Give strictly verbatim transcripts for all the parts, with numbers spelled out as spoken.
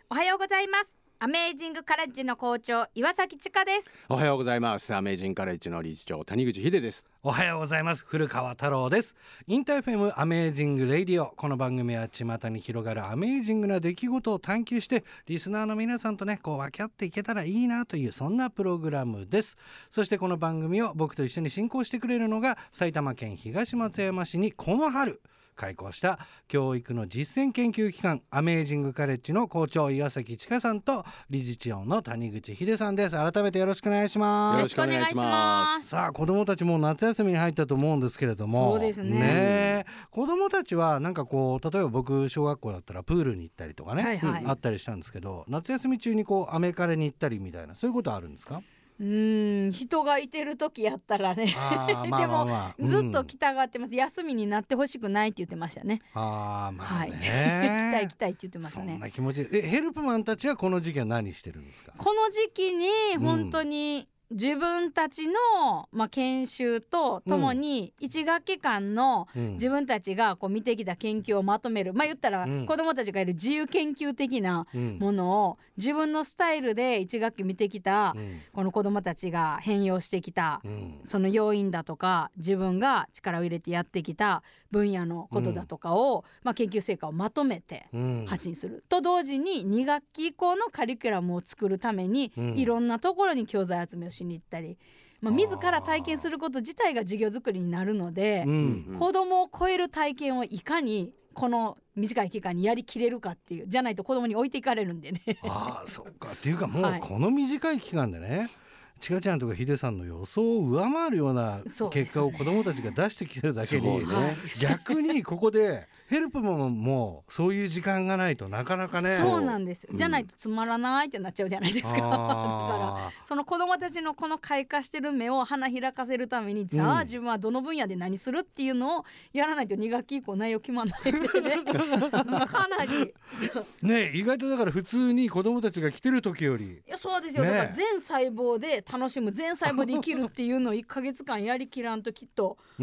おはようございます。アメージングカレッジの校長岩崎千佳です。 おはようございます。アメージングカレッジの理事長谷口秀です。 おはようございます。古川太郎です。インターフェムアメージングレディオ。この番組は巷に広がるアメージングな出来事を探求してリスナーの皆さんとねこう分け合っていけたらいいなというそんなプログラムです。そしてこの番組を僕と一緒に進行してくれるのが埼玉県東松山市にこの春開校した教育の実践研究機関アメージングカレッジの校長岩崎千佳さんと理事長の谷口秀さんです。改めてよろしくお願いします。 よろしくお願いします。 さあ子どもたちも夏休みに入ったと思うんですけれども、 そうですね。 ね子どもたちはなんかこう例えば僕小学校だったらプールに行ったりとかね、 はいはい、 あったりしたんですけど、夏休み中にこうアメカレに行ったりみたいなそういうことあるんですか？ うーん人がいてる時やったらねあまあまあ、まあ、 でもずっと来たがってます、うん、休みになってほしくないって言ってましたね。 あまあね、 はい、来たい来たいって言ってましたね。 そんな気持ちえヘルプマンたちはこの時期は何してるんですか？ この時期に本当に自分たちの、まあ、研修とともにいち学期間の自分たちがこう見てきた研究をまとめる、まあ言ったら子どもたちがいる自由研究的なものを自分のスタイルでいち学期見てきたこの子どもたちが変容してきたその要因だとか自分が力を入れてやってきた分野のことだとかを、まあ、研究成果をまとめて発信すると同時にに学期以降のカリキュラムを作るためにいろんなところに教材集めをしに行ったり、まあ、自ら体験すること自体が授業作りになるので、うんうん、子どもを超える体験をいかにこの短い期間にやりきれるかっていうじゃないと子どもに置いていかれるんでねああそうかっていうかもうこの短い期間でね、はいちかちゃんとかヒデさんの予想を上回るような結果を子どもたちが出してきてるだけに、ね、逆にここでヘルプももうそういう時間がないとなかなかねそうなんですよ、うん、じゃないとつまらないってなっちゃうじゃないですかだからその子どもたちのこの開花してる目を花開かせるために、うん、さあ自分はどの分野で何するっていうのをやらないとに学期以降内容決まんないんでねかなりね意外とだから普通に子どもたちが来てる時よりいやそうですよ、ね、だから全細胞で楽しむ全細胞で生きるっていうのをいっかげつかんやりきらんときっと、うん、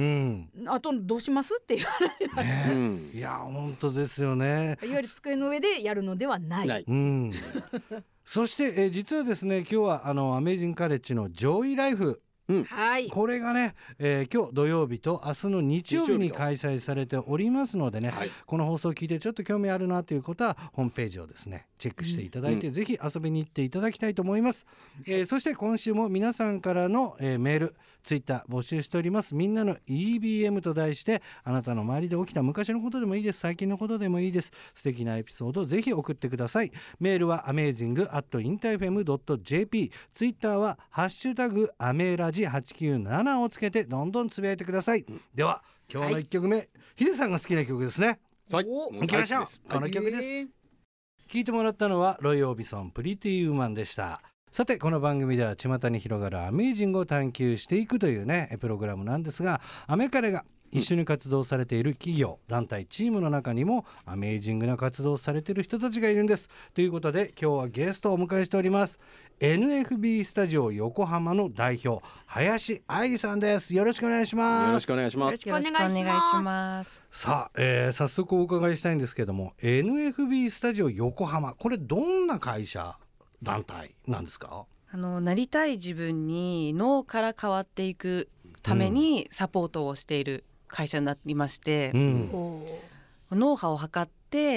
あとどうしますっていう話なんで、 ね、いや本当ですよね。 いわゆる机の上でやるのではない、ない、 うん、そして、えー、実はですね今日はあのアメージングカレッジのジョイライフうんはい、これがね、えー、今日土曜日と明日の日曜日に開催されておりますのでね、はい、この放送を聞いてちょっと興味あるなということはホームページをですねチェックしていただいて、うん、ぜひ遊びに行っていただきたいと思います、えー、そして今週も皆さんからの、えー、メールツイッター募集しております。みんなの イービーエム と題してあなたの周りで起きた昔のことでもいいです、最近のことでもいいです、素敵なエピソードをぜひ送ってください。メールは アメージング アット インターフェム ドット ジェーピー ツイッターはハッシュタグアメラジはちきゅうななをつけてどんどんつぶやいてください、うん、では今日のいっきょくめ、はい、ヒデさんが好きな曲ですね。 はい行きましょう。この曲です。聴いてもらったのはロイ・オービソンプリティ・ウーマンでした。さてこの番組では巷に広がるアメージングを探求していくというねプログラムなんですが、アメカレが一緒に活動されている企業、団体、チームの中にもアメージングな活動をされている人たちがいるんです。ということで今日はゲストをお迎えしております。 エヌエフビー スタジオ横浜の代表林愛理さんです。よろしくお願いします。 よろしくお願いします。 よろしくお願いします。 さあ、えー、早速お伺いしたいんですけども エヌエフビー スタジオ横浜、これどんな会社団体なんですか？ あのなりたい自分に脳から変わっていくためにサポートをしている会社になりまして、うん、脳波を測って、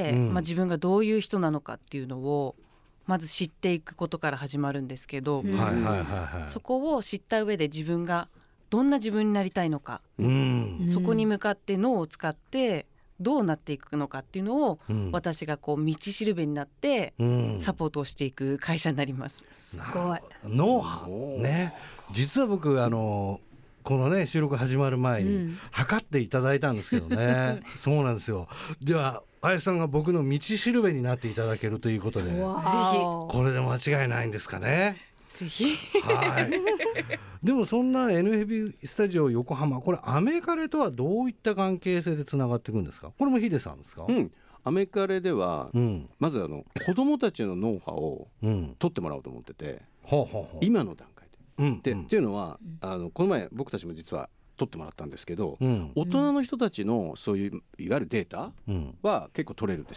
うんまあ、自分がどういう人なのかっていうのをまず知っていくことから始まるんですけど、うんそこを知った上で自分がどんな自分になりたいのか、うん、そこに向かって脳を使ってどうなっていくのかっていうのを、うん、私がこう道しるべになってサポートをしていく会社になります。 すごい脳波ね。実は僕あのこのね収録始まる前に測っていただいたんですけどね、うん、そうなんですよ。では林さんが僕の道しるべになっていただけるということで、ぜひこれで間違いないんですかね。 ぜひはいでもそんな エヌエフビー スタジオ横浜、これアメカレとはどういった関係性でつながっていくんですか？これもヒデさんですか？ うんアメカレでは、うん、まずあの子どもたちの脳波を取ってもらおうと思ってて、うん、ほうほうほう今の段階で、うんでうん、っていうのはあのこの前僕たちも実は取ってもらったんですけど、うん、大人の人たちのそういういわゆるデータは結構取れるんですよね。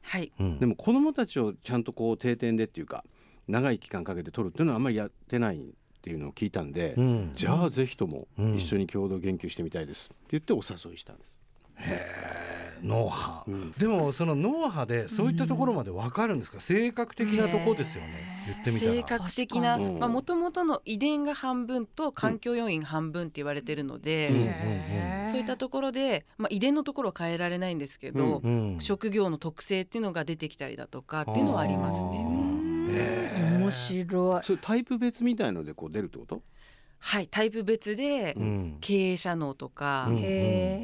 はい、 うん、でも子どもたちをちゃんとこう定点でっていうか長い期間かけて取るっていうのはあんまりやってないっていうのを聞いたんで、うん、じゃあぜひとも一緒に共同研究してみたいですって言ってお誘いしたんです。 へー、脳波、うん、でもその脳波でそういったところまで分かるんですか、うん、性格的なところですよね、言ってみたら性格的なもともとの遺伝が半分と環境要因半分って言われてるので、うん、そういったところで、まあ、遺伝のところは変えられないんですけど、うん、職業の特性っていうのが出てきたりだとかっていうのはありますね。 へー、面白い。 それタイプ別みたいのでこう出るってこと？ はい、タイプ別で、うん、経営者脳とか、うん、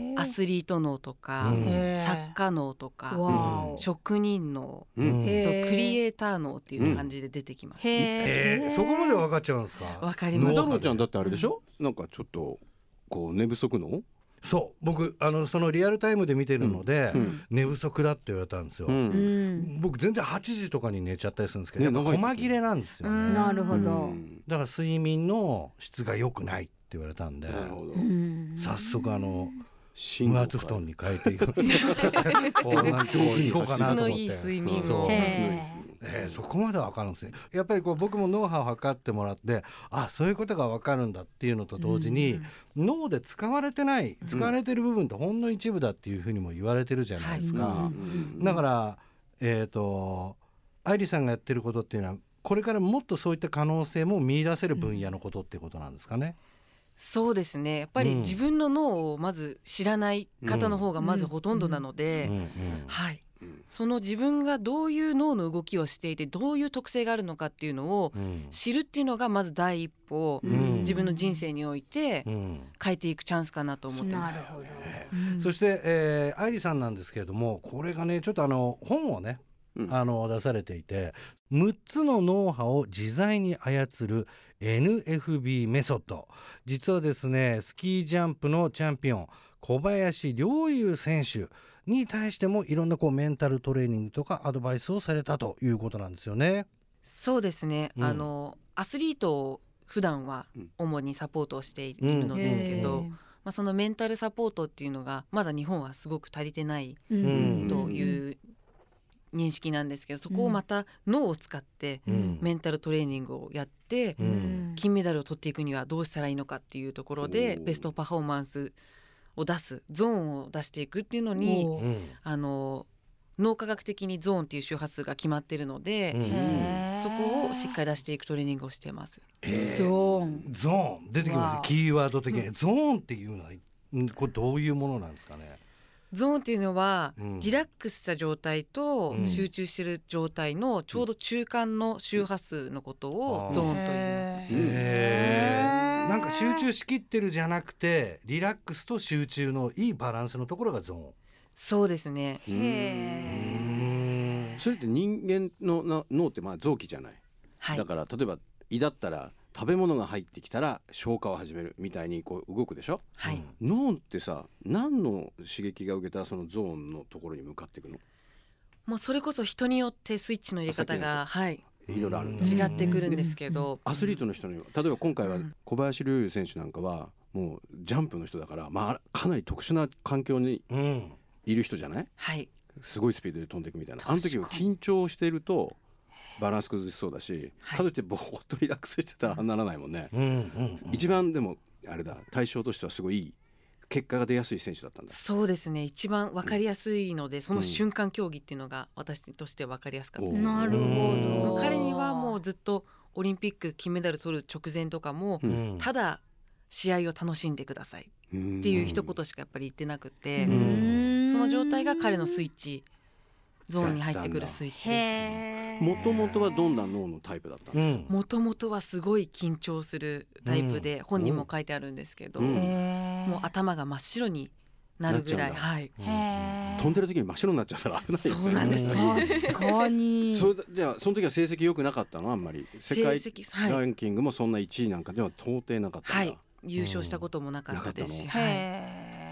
アスリート脳とか、うん、作家脳とか、うん、職人脳、うん、とクリエイター脳っていう感じで出てきます、 うん、へー、そこまで分かっちゃうんですか？ 分かります。 太郎ちゃんだってあれでしょ、うん、なんかちょっとこう寝不足脳？ そう僕あのそのリアルタイムで見てるので、うん、寝不足だって言われたんですよ、うん、僕全然はちじとかに寝ちゃったりするんですけど、ね、細切れなんですよね。 なるほど。 だから睡眠の質が良くないって言われたんで、早速あの無圧布団に変えていくこうなんといこうかなと思って、質のいい睡眠を、えー、そこまで分かるんですね。やっぱりこう僕も脳波を測ってもらって、あ、そういうことが分かるんだっていうのと同時に、うん、脳で使われてない使われてる部分ってほんの一部だっていうふうにも言われてるじゃないですか、はい、だからえっと愛理さんがやってることっていうのはこれからもっとそういった可能性も見出せる分野のことっていうことなんですかね。 そうですね、やっぱり自分の脳をまず知らない方の方がまずほとんどなので、はい、その自分がどういう脳の動きをしていてどういう特性があるのかっていうのを知るっていうのがまず第一歩、うん、自分の人生において変えていくチャンスかなと思ってます、 うん、そして、えー、愛理さんなんですけれども、これがねちょっとあの本をね、うん、あの出されていて、むっつの脳波を自在に操る エヌエフビー メソッド。実はですね、スキージャンプのチャンピオン小林陵侑選手に対してもいろんなこうメンタルトレーニングとかアドバイスをされたということなんですよね。 そうですね、うん、あのアスリートを普段は主にサポートをしているのですけど、うんまあ、そのメンタルサポートっていうのがまだ日本はすごく足りてないという認識なんですけど、そこをまた脳を使ってメンタルトレーニングをやって金メダルを取っていくにはどうしたらいいのかっていうところでベストパフォーマンスを出すゾーンを出していくっていうのに、あの脳科学的にゾーンっていう周波数が決まっているので、そこをしっかり出していくトレーニングをしています。 ゾーンゾーン出てきますね、キーワード的に、うん、ゾーンっていうのはこれどういうものなんですかね。 ゾーンっていうのは、うん、リラックスした状態と集中している状態のちょうど中間の周波数のことをゾーンと言います、ね、 へー、なんか集中しきってるじゃなくてリラックスと集中のいいバランスのところがゾーン。 そうですね。 へー、それって人間の脳ってまあ臓器じゃない、はい、だから例えば胃だったら食べ物が入ってきたら消化を始めるみたいにこう動くでしょ、はい、脳ってさ何の刺激が受けたらそのゾーンのところに向かっていくの？ もうそれこそ人によってスイッチの入れ方が、はい、 いろいろあるんだ、違ってくるんですけど、 アスリートの人に例えば今回は小林陵侑選手なんかはもうジャンプの人だから、まあ、かなり特殊な環境にいる人じゃない、はい、すごいスピードで飛んでいくみたいな。あの時は緊張しているとバランス崩しそうだし、はい、かといってぼーっとリラックスしてたらならないもんね、うんうんうん、一番でもあれだ対象としてはすごいいい結果が出やすい選手だったんだ。 そうですね、一番分かりやすいので、うん、その瞬間競技っていうのが私として分かりやすかったです、ね、 なるほど。 彼にはもうずっとオリンピック金メダル取る直前とかも、うん、ただ試合を楽しんでくださいっていう一言しかやっぱり言ってなくて、うん、その状態が彼のスイッチゾーンに入ってくるスイッチですね。 もともとはどんな脳のタイプだったの？ もともとはすごい緊張するタイプで、うん、本にも書いてあるんですけど、うん、もう頭が真っ白になるぐらい、はい、 飛んでる時に真っ白になっちゃったら危ないよね。 そうなんです。 確かに。 それじゃあその時は成績良くなかったの？あんまり世界ランキングもそんないちいなんかでは到底なかったんだ、はい、 優勝したこともなかったですし、 はい、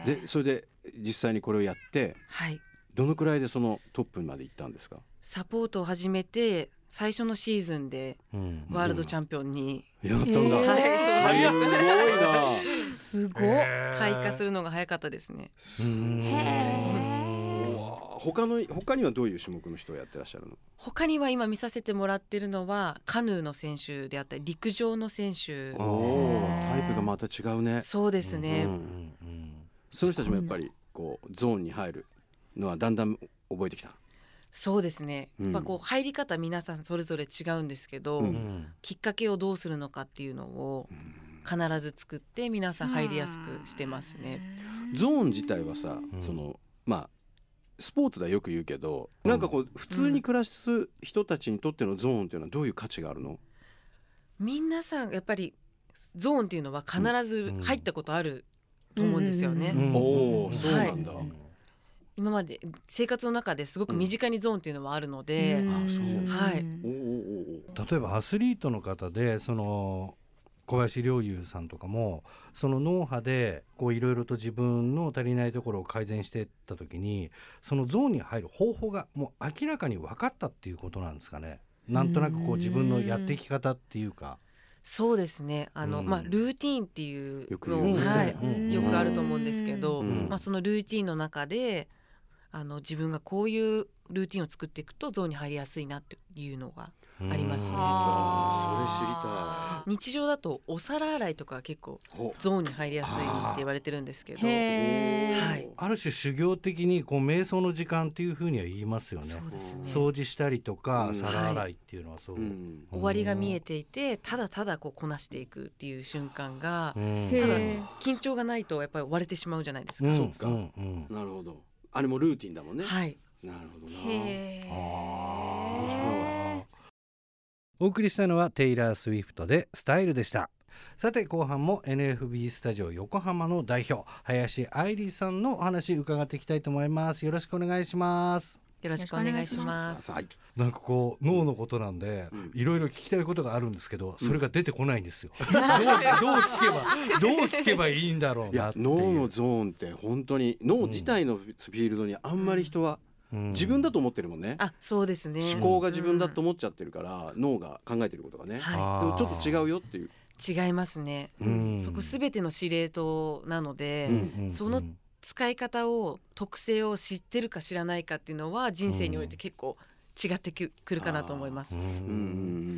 でそれで実際にこれをやって、はい、どのくらいでそのトップまで行ったんですか？ サポートを始めて最初のシーズンでワールドチャンピオンに、 うん、やったんだ、はい、 すごいな。 すごい開花するのが早かったですね。 すごい。 他の他にはどういう種目の人をやってらっしゃるの？ 他には今見させてもらってるのはカヌーの選手であったり陸上の選手。 おタイプがまた違うね。 そうですね、うんうんうん、 その人たちもやっぱりこうゾーンに入るのはだんだん覚えてきた。 そうですね、うん、やっぱこう入り方皆さんそれぞれ違うんですけど、うん、きっかけをどうするのかっていうのを必ず作って皆さん入りやすくしてますね。 ゾーン自体はさ、うん、そのまあスポーツではよく言うけど、うん、なんかこう普通に暮らす人たちにとってのゾーンっていうのはどういう価値があるの？ 皆さんやっぱりゾーンっていうのは必ず入ったことあると思うんですよね。 おお、そうなんだ、はい、 今まで生活の中ですごく身近にゾーンっていうのはあるので、うん、あ、そう、はい、おお、例えばアスリートの方でその小林陵侑さんとかもその脳波でこういろいろと自分の足りないところを改善していった時にそのゾーンに入る方法がもう明らかに分かったっていうことなんですかね。なんとなくこう自分のやっていき方っていうか。 そうですね、あの、うん、まあ、ルーティーンっていうのよく、はい、うん、よくあると思うんですけど、うん、まあ、そのルーティーンの中であの自分がこういうルーティーンを作っていくとゾーンに入りやすいなっていうのがありますね。 あ、それ知りたい。日常だとお皿洗いとか結構ゾーンに入りやすいって言われてるんですけど、はい、 ある種修行的にこう瞑想の時間っていうふうには言いますよね。 そうですね、 掃除したりとか、うん、皿洗いっていうのはそう、はい、うん、 終わりが見えていてただただこうこなしていくっていう瞬間が、うん、ただ緊張がないとやっぱり割れてしまうじゃないですか、うん、 そうか、うんうん、なるほど。あれもルーティンだもんね。 はい、 なるほどな。 へー、 あ、面白い。お送りしたのはテイラー・スウィフトでスタイルでした。さて後半も エヌエフビー スタジオ横浜の代表林愛理さんのお話伺っていきたいと思います。よろしくお願いします。 よろしくお願いします。 なんかこう脳のことなんでいろいろ聞きたいことがあるんですけど、それが出てこないんですよ、うん、どう、どう聞けばどう聞けばいいんだろうなっていう。 いや脳のゾーンって本当に脳自体のフィールドにあんまり人は、うん、自分だと思ってるもんね。 あ、そうですね。 思考が自分だと思っちゃってるから、うん、脳が考えてることがね、はい、でもちょっと違うよっていう。 違いますね、うん、そこすべての司令塔なので、うん、その使い方を特性を知ってるか知らないかっていうのは人生において結構違ってくるかなと思います、うん、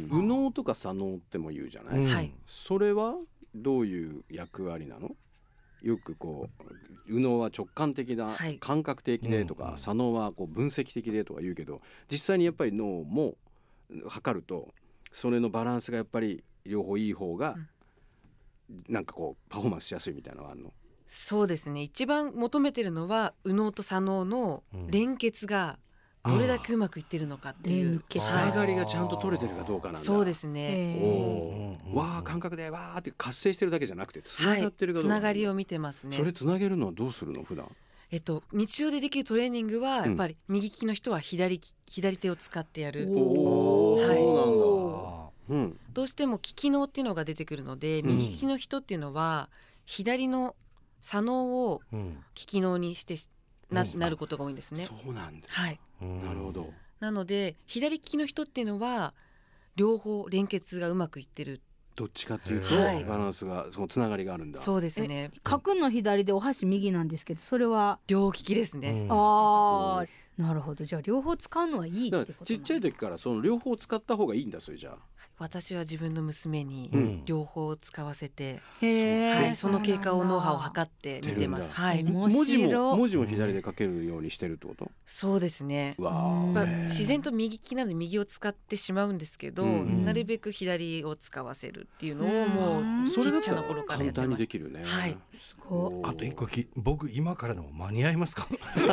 右脳とか左脳っても言うじゃない、うん、それはどういう役割なの？よくこう右脳は直感的な感覚的でとか、はい、左脳はこう分析的でとか言うけど、実際にやっぱり脳も測るとそれのバランスがやっぱり両方いい方がなんかこうパフォーマンスしやすいみたいなのがあるの？ そうですね、一番求めてるのは右脳と左脳の連結がどれだけうまくいってるのかっていう、 つながりがちゃんと取れてるかどうかなんだ。 そうですね。 おわー感覚でわーって活性してるだけじゃなくてつながってるかどうか、 はい、つながりを見てますね。 それつなげるのはどうするの普段？ えっと、日常でできるトレーニングはやっぱり右利きの人は 左, 左手を使ってやる。 おー、はい、そうなんだ。うん、 どうしても利き脳っていうのが出てくるので、右利きの人っていうのは左の左脳を利き脳にして な,、うん、なることが多いんですね。 そうなんだ、 はい、 なるほど。 なので左利きの人っていうのは両方連結がうまくいってる。 どっちかっていうと、はい、バランスがそのつながりがあるんだ。 そうですね。 書くの左でお箸右なんですけど、それは両利きですね、 うん、ああ、なるほど。じゃあ両方使うのはいいってことなんだ。 ちっちゃい時からその両方使った方がいいんだ。それじゃあ私は自分の娘に両方使わせて、うん、はい、その経過を脳波を測って見てます。はい、 文字も文字も左で書けるようにしてるってこと？ そうですね。 わまあ、自然と右利きなので右を使ってしまうんですけど、うん、なるべく左を使わせるっていうのをもうちっちゃな頃からやってます。 簡単にできるね。 はい。 すごい。 あと一個き僕今からでも間に合いますか？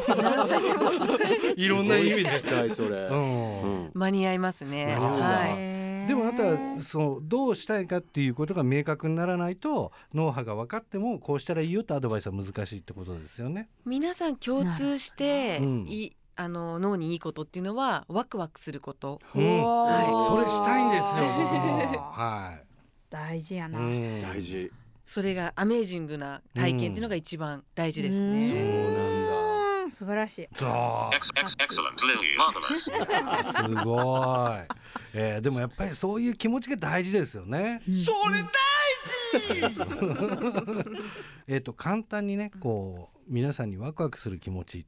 いろんな意味でそれ、うんうん、間に合いますね。はい。 でもあとはそうどうしたいかっていうことが明確にならないと脳波が分かってもこうしたらいいよってアドバイスは難しいってことですよね。 皆さん共通して、うん、いあの脳にいいことっていうのはワクワクすること、 うん、はい、それしたいんですよ僕も、はい、 大事やな、 うん、大事。 それがアメージングな体験っていうのが一番大事ですね、うん、 そうなんだ。 素晴らしい。 そうすごい、えー、でもやっぱりそういう気持ちが大事ですよね、 うん、それ大事えっと簡単にねこう皆さんにワクワクする気持ち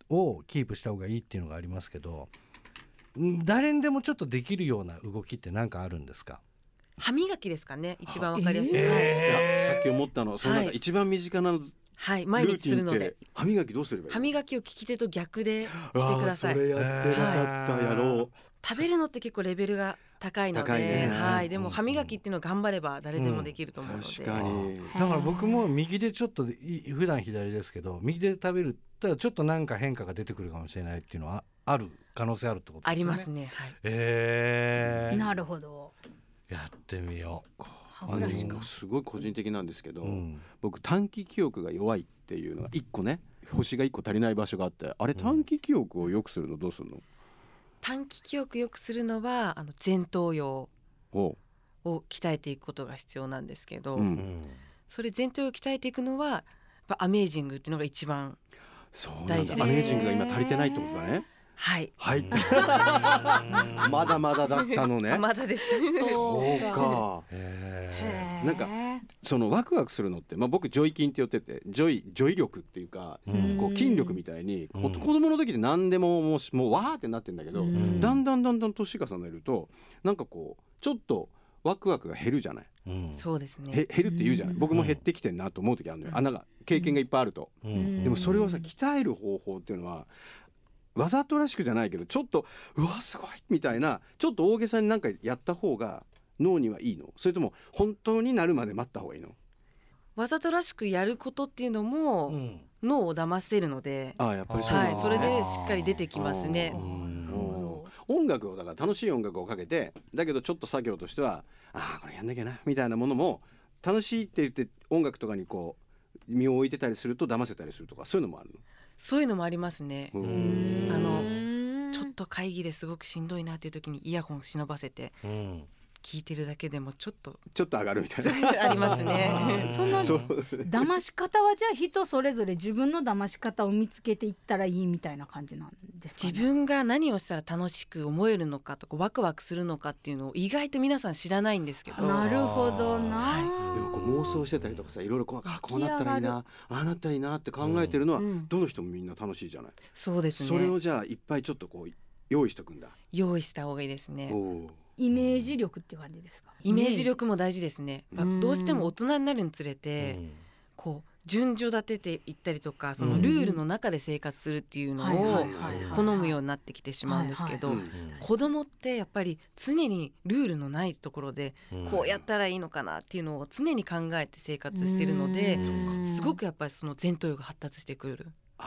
をキープした方がいいっていうのがありますけど、誰にでもちょっとできるような動きって何かあるんですか？ 歯磨きですかね、一番わかりやすい、 えー、さっき思ったの、そのなんか一番身近な、 はい、毎日するので歯磨きどうすればいい？ 歯磨きを利き手と逆でしてください。 それやってなかった、やろう。 食べるのって結構レベルが高いので、ね、はい、でも歯磨きっていうのを頑張れば誰でもできると思うので、 うん、確かに。 だから僕も右でちょっと普段左ですけど、右で食べるとちょっとなんか変化が出てくるかもしれないっていうのはある可能性あるってことですね。 ありますね、はい、 えー、 なるほど、 やってみよう。 歯ブラシか。 すごい個人的なんですけど、 うん、 僕短期記憶が弱いっていうのが一個ね、星が一個足りない場所があって、あれ短期記憶を良くするのどうするの？ 短期記憶良くするのはあの前頭葉を鍛えていくことが必要なんですけど、うん、それ前頭葉を鍛えていくのはやっぱアメージングっていうのが一番大事です。 アメージングが今足りてないってことだね。 はいはいまだまだだったのね。 まだでしたね。 そうか。なんかそのワクワクするのって、まあ、僕ジョイ筋って言ってて、ジョイジョイ力っていうか、うん、こう筋力みたいに、うん、子供の時で何でももう、もうわーってなってんだけど、うん、だんだんだんだん年重ねるとなんかこうちょっとワクワクが減るじゃない、 うん、そうですね。 減るって言うじゃない、うん、僕も減ってきてんなと思う時あるのよ、穴が経験がいっぱいあると、うん、でもそれをさ鍛える方法っていうのはわざとらしくじゃないけど、ちょっとうわすごいみたいな、ちょっと大げさになんかやった方が脳にはいいの？それとも本当になるまで待った方がいいの？ わざとらしくやることっていうのも、うん、脳を騙せるので、 あ、やっぱりそうなんですね。 はい、それでしっかり出てきますね。 音楽をだから楽しい音楽をかけて、だけどちょっと作業としてはああこれやんなきゃなみたいなものも楽しいって言って音楽とかにこう身を置いてたりすると騙せたりするとか、そういうのもあるの？ そういうのもありますね。あのちょっと会議ですごくしんどいなっていう時にイヤホン忍ばせて聞いてるだけでもちょっとちょっと上がるみたいなありますね。 その騙し方はじゃあ人それぞれ自分の騙し方を見つけていったらいいみたいな感じなんですかね。 自分が何をしたら楽しく思えるのかとかワクワクするのかっていうのを意外と皆さん知らないんですけど。 なるほどな、はい、 でもこう妄想してたりとかさ、いろいろこう、こうなったらいいな、ああなったらいいなって考えてるのは、うん、どの人もみんな楽しいじゃない。 そうですね。 それをじゃあいっぱいちょっとこう用意しとくんだ。 用意した方がいいですね。 イメージ力っていう感じですか？ イメージ力も大事ですね。どうしても大人になるにつれて、うん、こう順序立てていったりとか、そのルールの中で生活するっていうのを好むようになってきてしまうんですけど、子供ってやっぱり常にルールのないところでこうやったらいいのかなっていうのを常に考えて生活してるので、すごくやっぱりその前頭葉が発達してくる。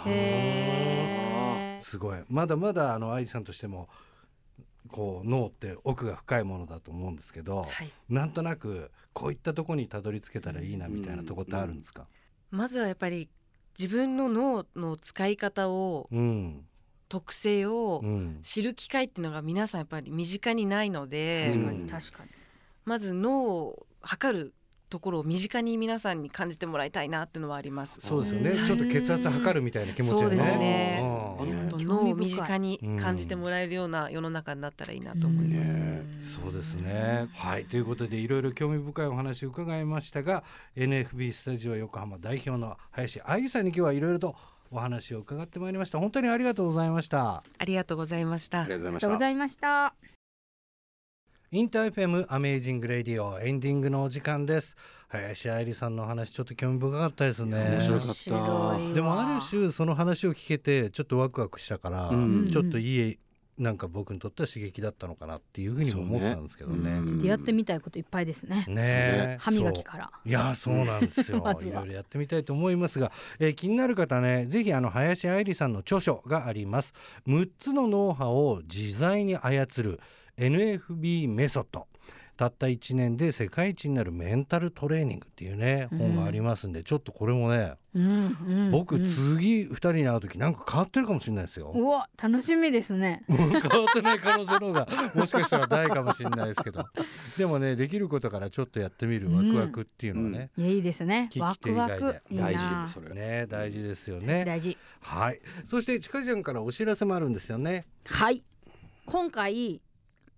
へー、 すごい。まだまだあの愛理さんとしてもこう脳って奥が深いものだと思うんですけど、はい、なんとなくこういったところにたどり着けたらいいなみたいなところってあるんですか？ うん、まずはやっぱり自分の脳の使い方を、うん、特性を知る機会っていうのが皆さんやっぱり身近にないので、 確かに確かに、 まず脳を測るところを身近に皆さんに感じてもらいたいなっていうのはあります。 そうですよね。ちょっと血圧測るみたいな気持ちでね。 そうですね。脳を身近に感じてもらえるような世の中になったらいいなと思います。 うん、そうですね。はい、ということでいろいろ興味深いお話を伺いましたが、 エヌエフビー スタジオ横浜代表の林愛理さんに今日はいろいろとお話を伺ってまいりました。本当にありがとうございました。 ありがとうございました。 ありがとうございました。 インター エフエム アメージングレディオエンディングのお時間です。林愛理さんの話ちょっと興味深かったですね。 面白かった。 でもある種その話を聞けてちょっとワクワクしたから、うん、ちょっといいなんか僕にとっては刺激だったのかなっていうふうにも思ったんですけどね。 ちょっとやってみたいこといっぱいですね。 ね、 歯磨きから。 いやそうなんですよ。いろいろやってみたいと思いますが、えー、気になる方ね、ぜひあの林愛理さんの著書があります。むっつの脳波を自在に操る エヌエフビー メソッド。たったいちねんで世界一になるメンタルトレーニングっていうね、うん、本がありますんで、ちょっとこれもね、うんうん、僕次ふたりに会う時なんか変わってるかもしれないですよ。 うわ楽しみですね。 変わってない可能性の方がもしかしたら大かもしれないですけどでもね、できることからちょっとやってみるワクワクっていうのはね、 うん、いいですね。ワクワクいいな。 大事、それね、大事ですよね。 大事。 はい。そしてちかちゃんからお知らせもあるんですよね。 はい、今回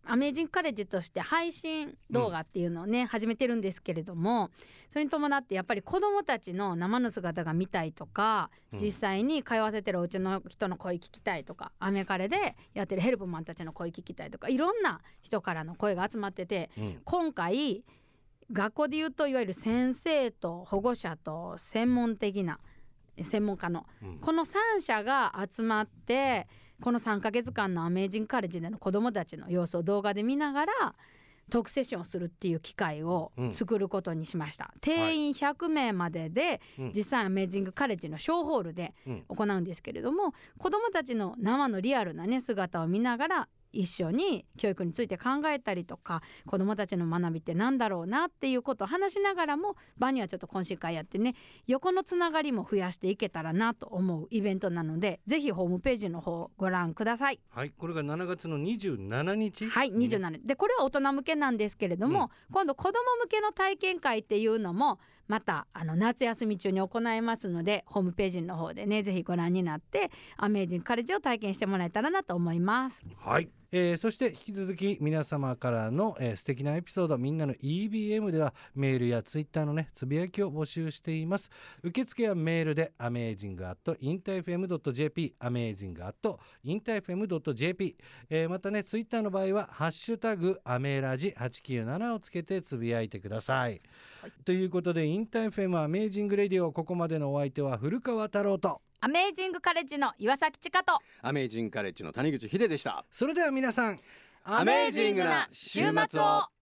アメージングカレッジとして配信動画っていうのをね、うん、始めてるんですけれども、それに伴ってやっぱり子どもたちの生の姿が見たいとか、うん、実際に通わせてるお家の人の声聞きたいとか、アメカレでやってるヘルプマンたちの声聞きたいとか、いろんな人からの声が集まってて、うん、今回学校でいうといわゆる先生と保護者と専門的な専門家の、うん、このさん者が集まってこのさんかげつかんのアメージングカレッジでの子どもたちの様子を動画で見ながらトークセッションをするっていう機会を作ることにしました、うん、定員ひゃくめいまでで、はい、実際アメージングカレッジの小ホールで行うんですけれども、うん、子どもたちの生のリアルな、ね、姿を見ながら一緒に教育について考えたりとか、子どもたちの学びってなんだろうなっていうことを話しながらも、場にはちょっと懇親会やってね、横のつながりも増やしていけたらなと思うイベントなので、ぜひホームページの方ご覧ください。 はい、これがしちがつのにじゅうしちにち、 はい、にじゅうしちにちで、これは大人向けなんですけれども、うん、今度子ども向けの体験会っていうのもまたあの夏休み中に行いますので、ホームページの方でね、ぜひご覧になってアメージングカレッジを体験してもらえたらなと思います。 はい、えー、そして引き続き皆様からの、えー、素敵なエピソード、みんなの イービーエム ではメールやツイッターのねつぶやきを募集しています。受付はメールで アメージングアットインターエフエムドットジェーピー アメージングアットインターエフエムドットジェーピー、えー、またねツイッターの場合はハッシュタグアメラジはちきゅうななをつけてつぶやいてください、はい、ということでインターエフエムアメージングレディオ、ここまでのお相手は古川太郎とアメージングカレッジの岩崎千佳とアメージングカレッジの谷口秀でした。 それでは皆さん、 アメージングな週末を。